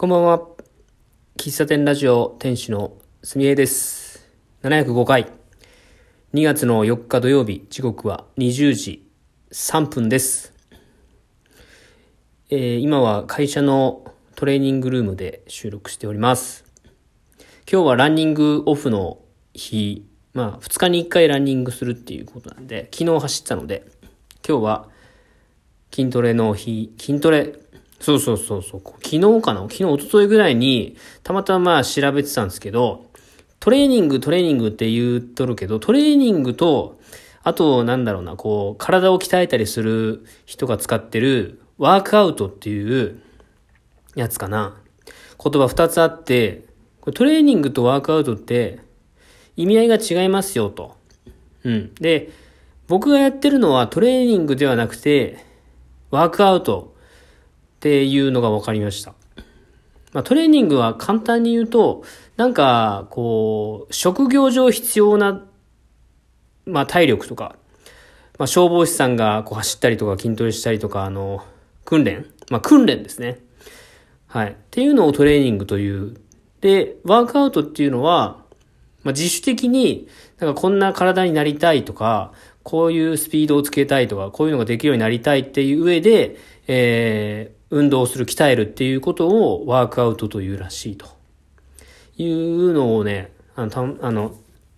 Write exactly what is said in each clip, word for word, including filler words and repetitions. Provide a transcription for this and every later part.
こんばんは。喫茶店ラジオ店主のすみえです。ななひゃくごかい。にがつのよっか土曜日、時刻はにじゅうじさんぷんです。えー、今は会社のトレーニングルームで収録しております。今日はランニングオフの日、まあふつかにいっかいランニングするっていうことなんで、昨日走ったので、今日は筋トレの日、筋トレ、そうそうそうそう、昨日かな昨日、一昨日ぐらいに、たまたままあ調べてたんですけど、トレーニング、トレーニングって言うとるけど、トレーニングと、あと、なんだろうな、こう、体を鍛えたりする人が使ってる、ワークアウトっていうやつかな。言葉二つあって、これトレーニングとワークアウトって、意味合いが違いますよと。うん。で、僕がやってるのはトレーニングではなくて、ワークアウトっていうのが分かりました。まあ、トレーニングは簡単に言うと、なんか、こう、職業上必要な、まあ、体力とか、まあ、消防士さんがこう走ったりとか筋トレしたりとか、あの、訓練まあ、訓練ですね。はい。っていうのをトレーニングという。で、ワークアウトっていうのは、まあ、自主的に、なんかこんな体になりたいとか、こういうスピードをつけたいとか、こういうのができるようになりたいっていう上で、えー、運動する、鍛えるっていうことをワークアウトというらしいというのをね、あの、たあの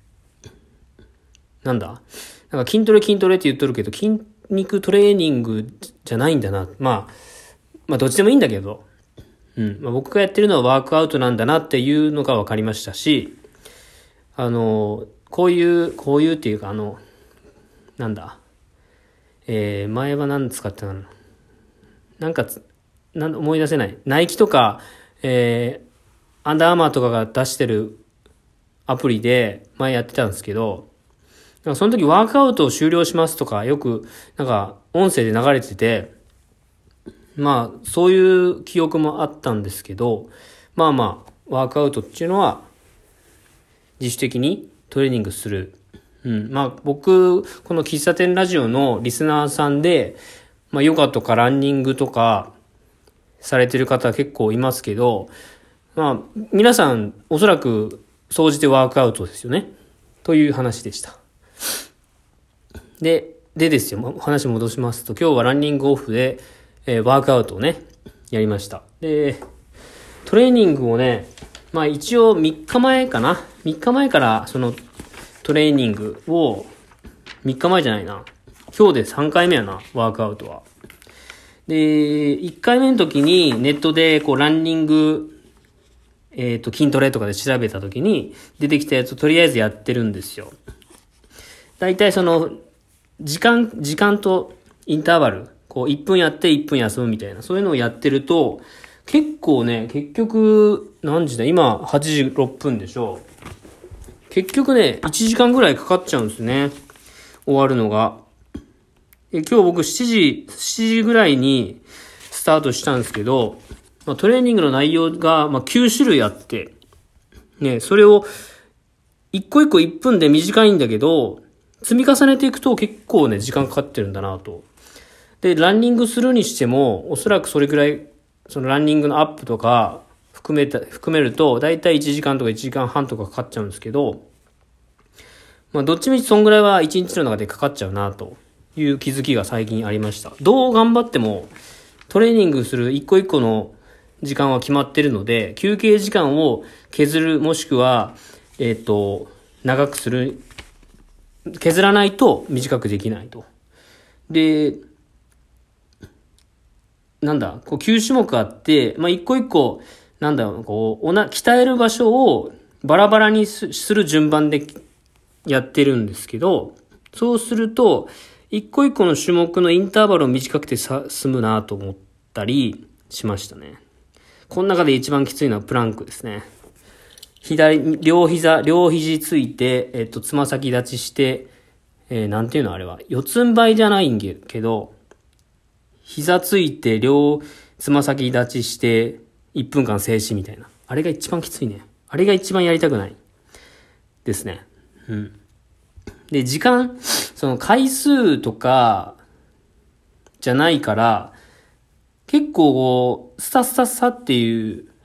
なんだなんか筋トレ筋トレって言っとるけど、筋肉トレーニングじゃないんだな。まあ、まあどっちでもいいんだけど、うん。まあ、僕がやってるのはワークアウトなんだなっていうのが分かりましたし、あの、こういう、こういうっていうか、あの、なんだえー、前は何使ってたのなんかつ、なん思い出せない。ナイキとか、えー、アンダーアーマーとかが出してるアプリで前やってたんですけど、なんかその時ワークアウトを終了しますとかよくなんか音声で流れてて、まあそういう記憶もあったんですけど、まあまあワークアウトっていうのは自主的にトレーニングする。うん、まあ僕この喫茶店ラジオのリスナーさんで、まあヨガとかランニングとかされてる方結構いますけど、まあ皆さんおそらく総じてワークアウトですよねという話でした。ででですよ、話戻しますと、今日はランニングオフで、えー、ワークアウトをねやりました。でトレーニングをね、まあ一応みっかまえかなみっかまえからそのトレーニングをみっかまえじゃないな今日でさんかいめやな、ワークアウトは。で、いっかいめの時にネットでこうランニング、えっと、筋トレとかで調べた時に出てきたやつをとりあえずやってるんですよ。だいたいその、時間、時間とインターバル、こういっぷんやっていっぷん休むみたいな、そういうのをやってると、結構ね、結局、何時だ今はちじろっぷんでしょ。結局ね、いちじかんぐらいかかっちゃうんですね。終わるのが。今日僕しちじ、しちじぐらいにスタートしたんですけど、まあ、トレーニングの内容が、まあ、きゅうしゅるいあって、ね、それを一個一個いっぷんで短いんだけど、積み重ねていくと結構ね、時間かかってるんだなと。で、ランニングするにしても、おそらくそれくらい、そのランニングのアップとか含めた、含めると、だいたいいちじかんとかいちじかんはんとかかかっちゃうんですけど、まあ、どっちみちそんぐらいはいちにちの中でかかっちゃうなという気づきが最近ありました。どう頑張っても、トレーニングする一個一個の時間は決まってるので、休憩時間を削る、もしくは、えっと、長くする、削らないと短くできないと。で、なんだ、こうきゅうしゅもくあって、まあ、一個一個、なんだろう、こう、おな、鍛える場所をバラバラにする順番でやってるんですけど、そうすると、一個一個の種目のインターバルを短くてさ済むなと思ったりしましたね。この中で一番きついのはプランクですね。左、両膝、両肘ついて、えっと、つま先立ちして、えー、なんていうのあれは、四つん這いじゃないんけど、膝ついて、両つま先立ちして、いっぷんかん静止みたいな。あれが一番きついね。あれが一番やりたくない。ですね。うん。で、時間、その回数とか、じゃないから、結構こう、スタスタスタっていう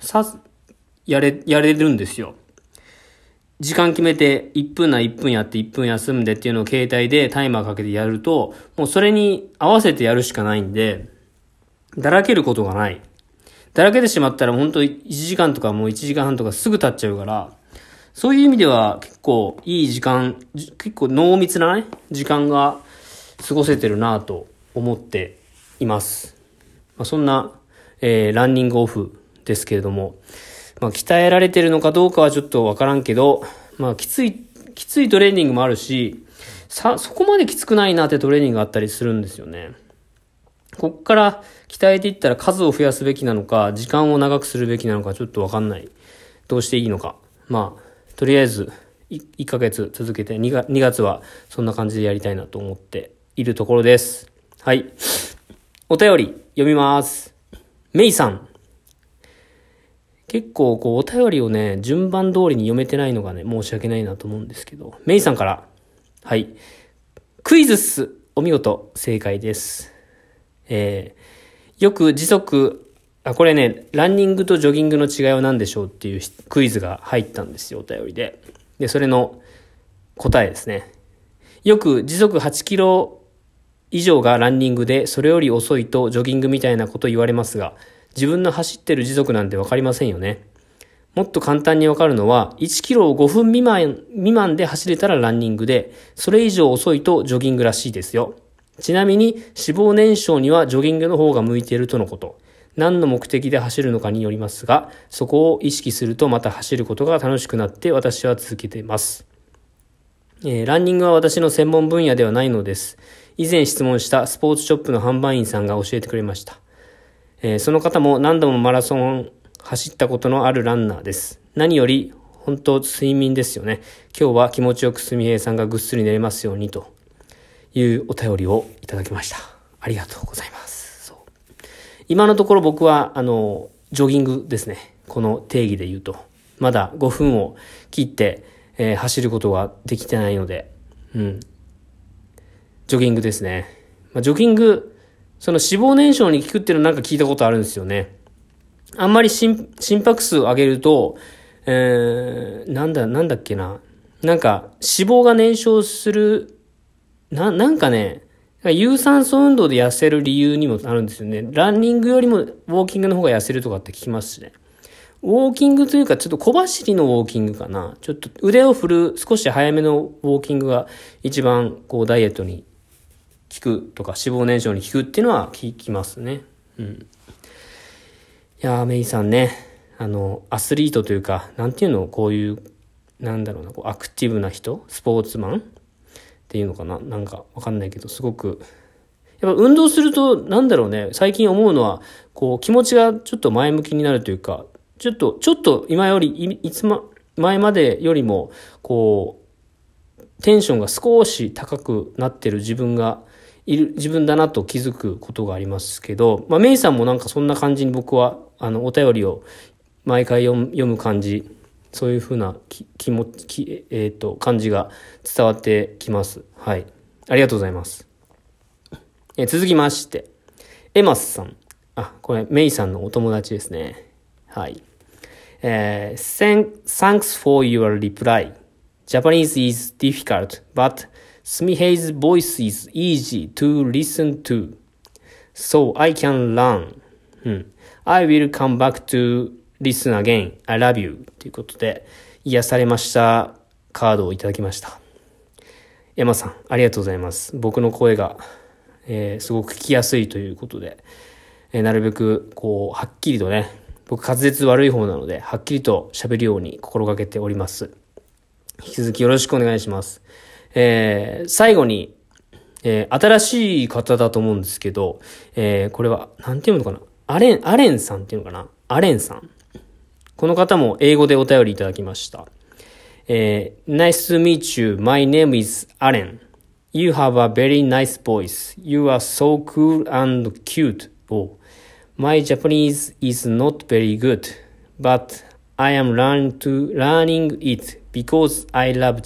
さ、やれ、やれるんですよ。時間決めていっぷんないっぷんやっていっぷん休んでっていうのを携帯でタイマーかけてやると、もうそれに合わせてやるしかないんで、だらけることがない。だらけてしまったら本当いちじかんとかもういちじかんはんとかすぐ経っちゃうから、そういう意味では結構いい時間、結構濃密なね、時間が過ごせてるなぁと思っています。まあ、そんな、えー、ランニングオフですけれども、まあ、鍛えられてるのかどうかはちょっとわからんけど、まあ、きつい、きついトレーニングもあるし、さ、そこまできつくないなってトレーニングがあったりするんですよね。こっから鍛えていったら数を増やすべきなのか、時間を長くするべきなのかちょっとわかんない。どうしていいのか。まあ、とりあえず、いっかげつ続けて、にがつはそんな感じでやりたいなと思っているところです。はい。お便り読みます。メイさん。結構こうお便りをね、順番通りに読めてないのがね、申し訳ないなと思うんですけど、メイさんから、はい。クイズっす。お見事、正解です。えー、よく時速、あ、これね、ランニングとジョギングの違いは何でしょうっていうクイズが入ったんですよ、お便りで。で、それの答えですね。よく時速はちキロ以上がランニングで、それより遅いとジョギングみたいなこと言われますが、自分の走ってる時速なんてわかりませんよね。もっと簡単にわかるのは、いちキロをごふん未満、未満で走れたらランニングで、それ以上遅いとジョギングらしいですよ。ちなみに脂肪燃焼にはジョギングの方が向いているとのこと。何の目的で走るのかによりますが、そこを意識するとまた走ることが楽しくなって私は続けています。えー、ランニングは私の専門分野ではないのです。以前質問したスポーツショップの販売員さんが教えてくれました。えー、その方も何度もマラソン走ったことのあるランナーです。何より本当睡眠ですよね。今日は気持ちよくすみへいさんがぐっすり寝れますようにというお便りをいただきました。ありがとうございます。そう、今のところ僕はあのジョギングですね。この定義で言うとまだごふんを切って、えー、走ることができてないので、うん、ジョギングですね。まあ、ジョギングその脂肪燃焼に効くっていうのなんか聞いたことあるんですよね。あんまり心心拍数上げると、えー、なんだ、なんだっけな。なんか脂肪が燃焼する、な、なんかね、有酸素運動で痩せる理由にもなるんですよね。ランニングよりもウォーキングの方が痩せるとかって聞きますしね。ウォーキングというかちょっと小走りのウォーキングかな。ちょっと腕を振る少し早めのウォーキングが一番こうダイエットに効くとか脂肪燃焼に効くっていうのは効きますね。うん。いやーメイさんね、あのアスリートというかなんていうのこういうなんだろうなこうアクティブな人スポーツマンっていうのかななんかわかんないけどすごくやっぱ運動するとなんだろうね最近思うのはこう気持ちがちょっと前向きになるというかちょっとちょっと今よりい, いつま前までよりもこうテンションが少し高くなってる自分がいる自分だなと気づくことがありますけど、まあ、メイさんもなんかそんな感じに僕はあのお便りを毎回読む、読む感じそういう風なき気持ち、えーと、感じが伝わってきます。はい。ありがとうございます。えー、続きまして、エマスさん。あ、これメイさんのお友達ですね。はい。えー、Thanks for your reply.Japanese is difficult, but Sumihei's voice is easy to listen to. So I can learn. うん。I will come back to listen again. I love you. ということで、癒されましたカードをいただきました。山さん、ありがとうございます。僕の声が、えー、すごく聞きやすいということで、えー、なるべく、こう、はっきりとね、僕滑舌悪い方なので、はっきりと喋るように心がけております。引き続きよろしくお願いします。えー、最後に、えー、新しい方だと思うんですけど、えー、これは、なんていうのかなアレン、アレンさんっていうのかなアレンさん。この方も英語でお便りいただきました。えー、Nice to meet you. My name is Allen. You have a very nice voice. You are so cool and cute. Oh, my Japanese is not very good, but I am learning to learning it because I love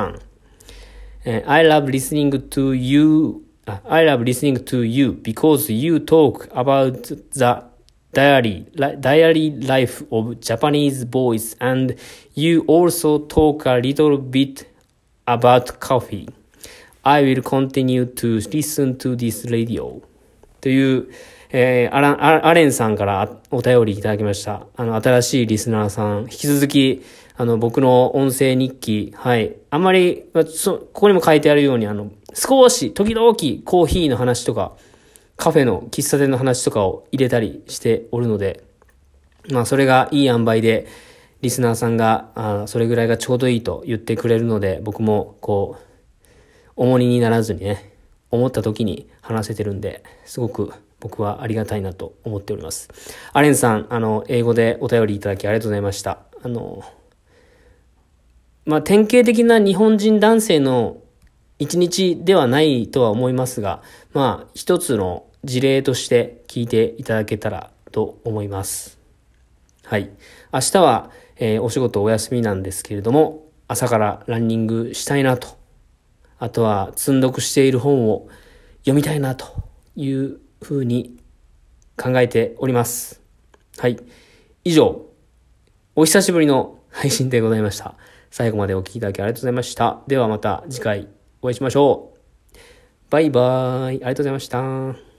Japan.Uh, I love listening to you. Uh, I love listening to you because you talk about the diary, li- diary life of Japanese boys, and you also talk a little bit about coffee. I will continue to listen to this radio. という、えー、アラン、アレンさんからお便りいただきました。あの、新しいリスナーさん、引き続き、あの、僕の音声日記、はい。あんまり、そここにも書いてあるように、あの、少し、時々コーヒーの話とか、カフェの喫茶店の話とかを入れたりしておるので、まあ、それがいい塩梅で、リスナーさんが、あそれぐらいがちょうどいいと言ってくれるので、僕も、こう、重荷にならずにね、思った時に話せてるんで、すごく僕はありがたいなと思っております。アレンさん、あの、英語でお便りいただきありがとうございました。あの、まあ、典型的な日本人男性の一日ではないとは思いますが、まあ、一つの事例として聞いていただけたらと思います。はい。明日は、えー、お仕事お休みなんですけれども、朝からランニングしたいなと。あとは積読している本を読みたいなというふうに考えております。はい。以上、お久しぶりの配信でございました。最後までお聞きいただきありがとうございました。ではまた次回お会いしましょう。バイバーイ。ありがとうございました。